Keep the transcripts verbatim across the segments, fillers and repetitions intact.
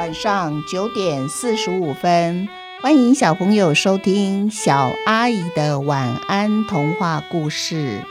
晚上九点四十五分，欢迎小朋友收听小阿姨的晚安童话故事。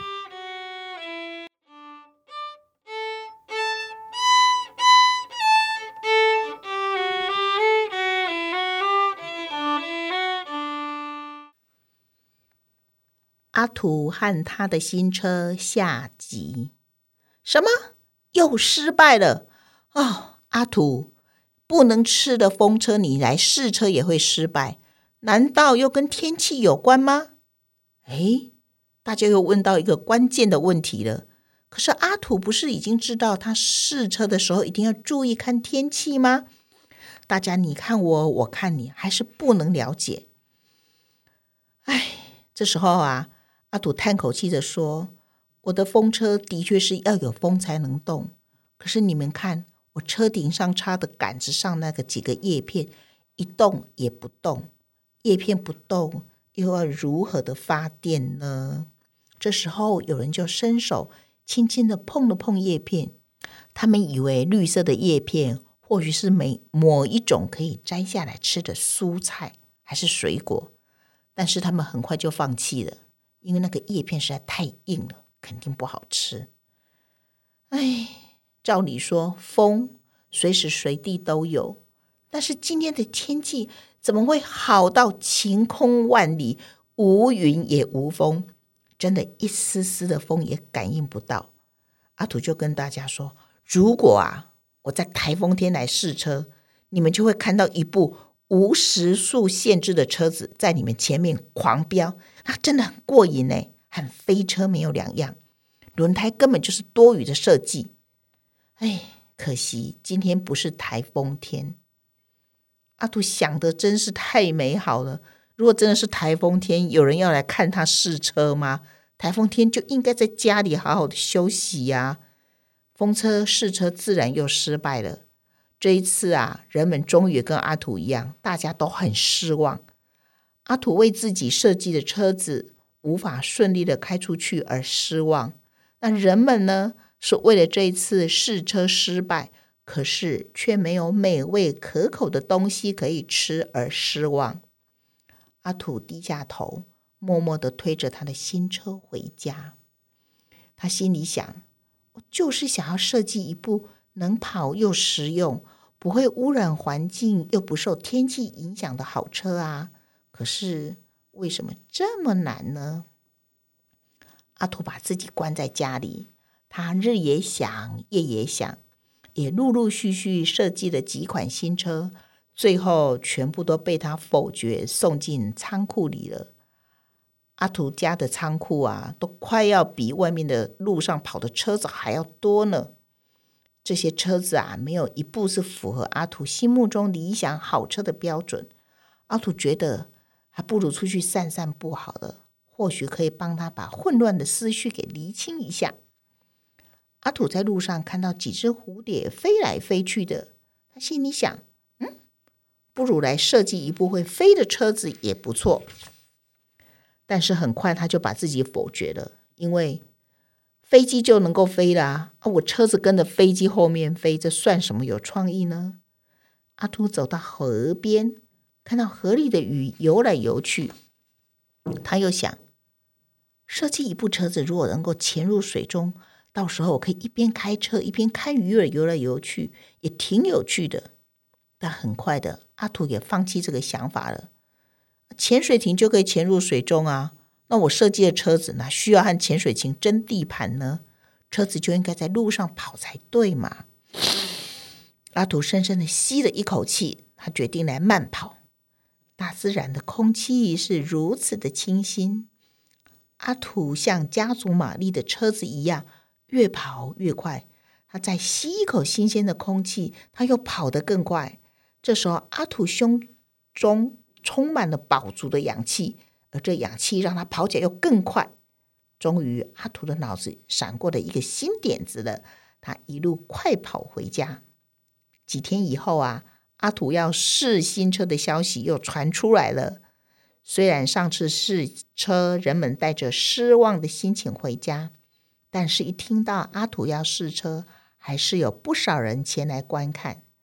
阿土和他的新车下集。什么？又失败了？哦，阿土，不能吃的风车你来试车也会失败，难道又跟天气有关吗？诶，大家又问到一个关键的问题了。可是阿土不是已经知道他试车的时候一定要注意看天气吗？大家你看我，我看你，还是不能了解。哎，这时候啊，阿土叹口气地说，我的风车的确是要有风才能动，可是你们看我车顶上插的杆子上那个几个叶片一动也不动，叶片不动又要如何的发电呢？这时候有人就伸手轻轻的碰了碰叶片，他们以为绿色的叶片或许是每某一种可以摘下来吃的蔬菜还是水果，但是他们很快就放弃了，因为那个叶片实在太硬了，肯定不好吃。哎，照理说风随时随地都有，但是今天的天气怎么会好到晴空万里，无云也无风，真的一丝丝的风也感应不到。阿土就跟大家说，如果啊我在台风天来试车，你们就会看到一部无时速限制的车子在你们前面狂飙，那真的很过瘾呢，和飞车没有两样，轮胎根本就是多余的设计。哎，可惜今天不是台风天。阿土想的真是太美好了，如果真的是台风天，有人要来看他试车吗？台风天就应该在家里好好的休息呀。风车试车自然又失败了。这一次啊，人们终于跟阿土一样，大家都很失望。阿土为自己设计的车子无法顺利的开出去而失望，那人们呢，是为了这一次试车失败，可是却没有美味可口的东西可以吃而失望。阿土低下头，默默地推着他的新车回家。他心里想，我就是想要设计一部能跑又实用，不会污染环境又不受天气影响的好车啊。可是为什么这么难呢？阿土把自己关在家里，他日也想夜也想，也陆陆续续设计了几款新车，最后全部都被他否决，送进仓库里了。阿土家的仓库啊，都快要比外面的路上跑的车子还要多呢。这些车子啊，没有一部是符合阿土心目中理想好车的标准。阿土觉得还不如出去散散步好了，或许可以帮他把混乱的思绪给厘清一下。阿土在路上看到几只蝴蝶飞来飞去的，他心里想，嗯，不如来设计一部会飞的车子也不错。但是很快他就把自己否决了，因为飞机就能够飞啦，啊，我车子跟着飞机后面飞，这算什么有创意呢？阿土走到河边，看到河里的鱼游来游去，他又想，设计一部车子如果能够潜入水中，到时候我可以一边开车一边看鱼儿游来游去，也挺有趣的。但很快的，阿土也放弃这个想法了。潜水艇就可以潜入水中啊，那我设计的车子哪需要和潜水艇争地盘呢？车子就应该在路上跑才对嘛。阿土深深的吸了一口气，他决定来慢跑。大自然的空气是如此的清新，阿土像加足马力的车子一样，越跑越快。他再吸一口新鲜的空气，他又跑得更快。这时候阿土胸中充满了饱足的氧气，而这氧气让他跑起来又更快。终于阿土的脑子闪过了一个新点子了，他一路快跑回家。几天以后啊，阿土要试新车的消息又传出来了。虽然上次试车人们带着失望的心情回家，但是一听到阿土要试车，还是有不少人前来观看。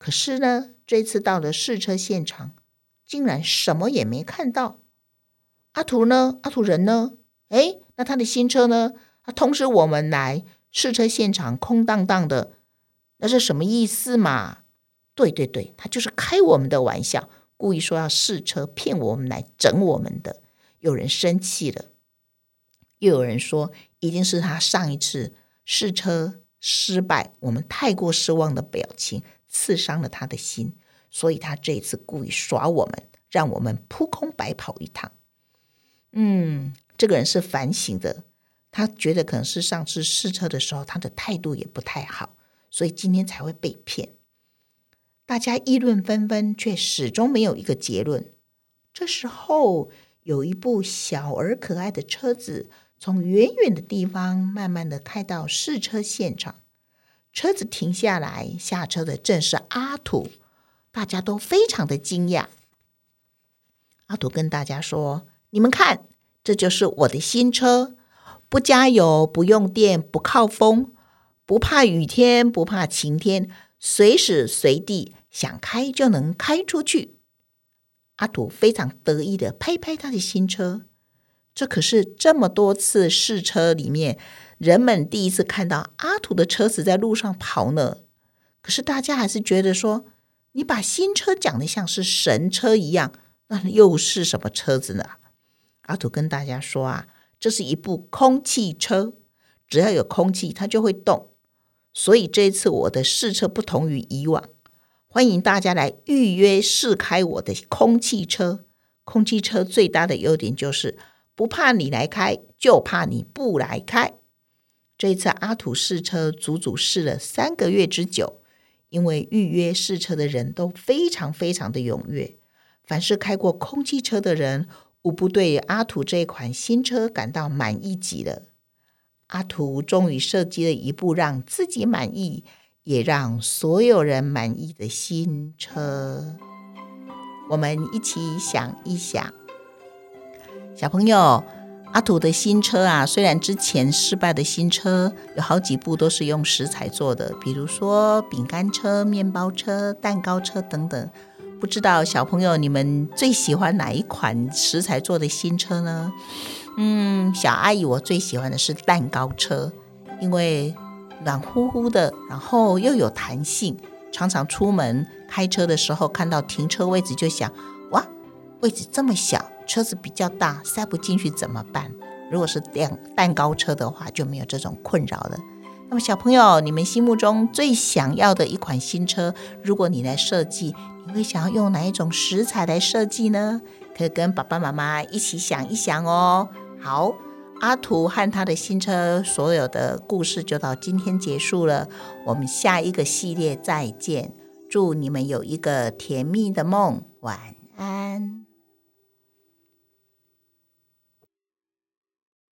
可是呢，这次到了试车现场，竟然什么也没看到。阿图呢？阿图人呢？诶，那他的新车呢？他通知我们来试车现场空荡荡的，那是什么意思嘛？对对对，他就是开我们的玩笑，故意说要试车骗我们来整我们的。有人生气了，又有人说一定是他上一次试车失败，我们太过失望的表情刺伤了他的心，所以他这一次故意耍我们，让我们扑空白跑一趟。嗯，这个人是反省的，他觉得可能是上次试车的时候他的态度也不太好，所以今天才会被骗。大家议论纷纷，却始终没有一个结论。这时候有一部小而可爱的车子从远远的地方慢慢的开到试车现场，车子停下来，下车的正是阿土，大家都非常的惊讶。阿土跟大家说，你们看，这就是我的新车，不加油，不用电，不靠风，不怕雨天，不怕晴天，随时随地想开就能开出去。阿土非常得意的拍拍他的新车，这可是这么多次试车里面人们第一次看到阿土的车子在路上跑呢。可是大家还是觉得说，你把新车讲得像是神车一样，那又是什么车子呢？阿土跟大家说啊，这是一部空气车，只要有空气它就会动，所以这一次我的试车不同于以往，欢迎大家来预约试开我的空气车。空气车最大的优点就是不怕你来开，就怕你不来开。这一次阿土试车足足试了三个月之久，因为预约试车的人都非常非常的踊跃，凡是开过空气车的人无不对阿土这款新车感到满意极了。阿土终于设计了一部让自己满意也让所有人满意的新车。我们一起想一想，小朋友，阿土的新车啊，虽然之前失败的新车有好几部都是用食材做的，比如说饼干车、面包车、蛋糕车等等，不知道小朋友你们最喜欢哪一款食材做的新车呢？嗯，小阿姨我最喜欢的是蛋糕车，因为软乎乎的，然后又有弹性，常常出门开车的时候看到停车位置就想，哇，位置这么小，车子比较大，塞不进去怎么办？如果是蛋糕车的话就没有这种困扰了。那么小朋友，你们心目中最想要的一款新车，如果你来设计，你会想要用哪一种食材来设计呢？可以跟爸爸妈妈一起想一想哦。好，阿土和他的新车所有的故事就到今天结束了，我们下一个系列再见，祝你们有一个甜蜜的梦，晚安。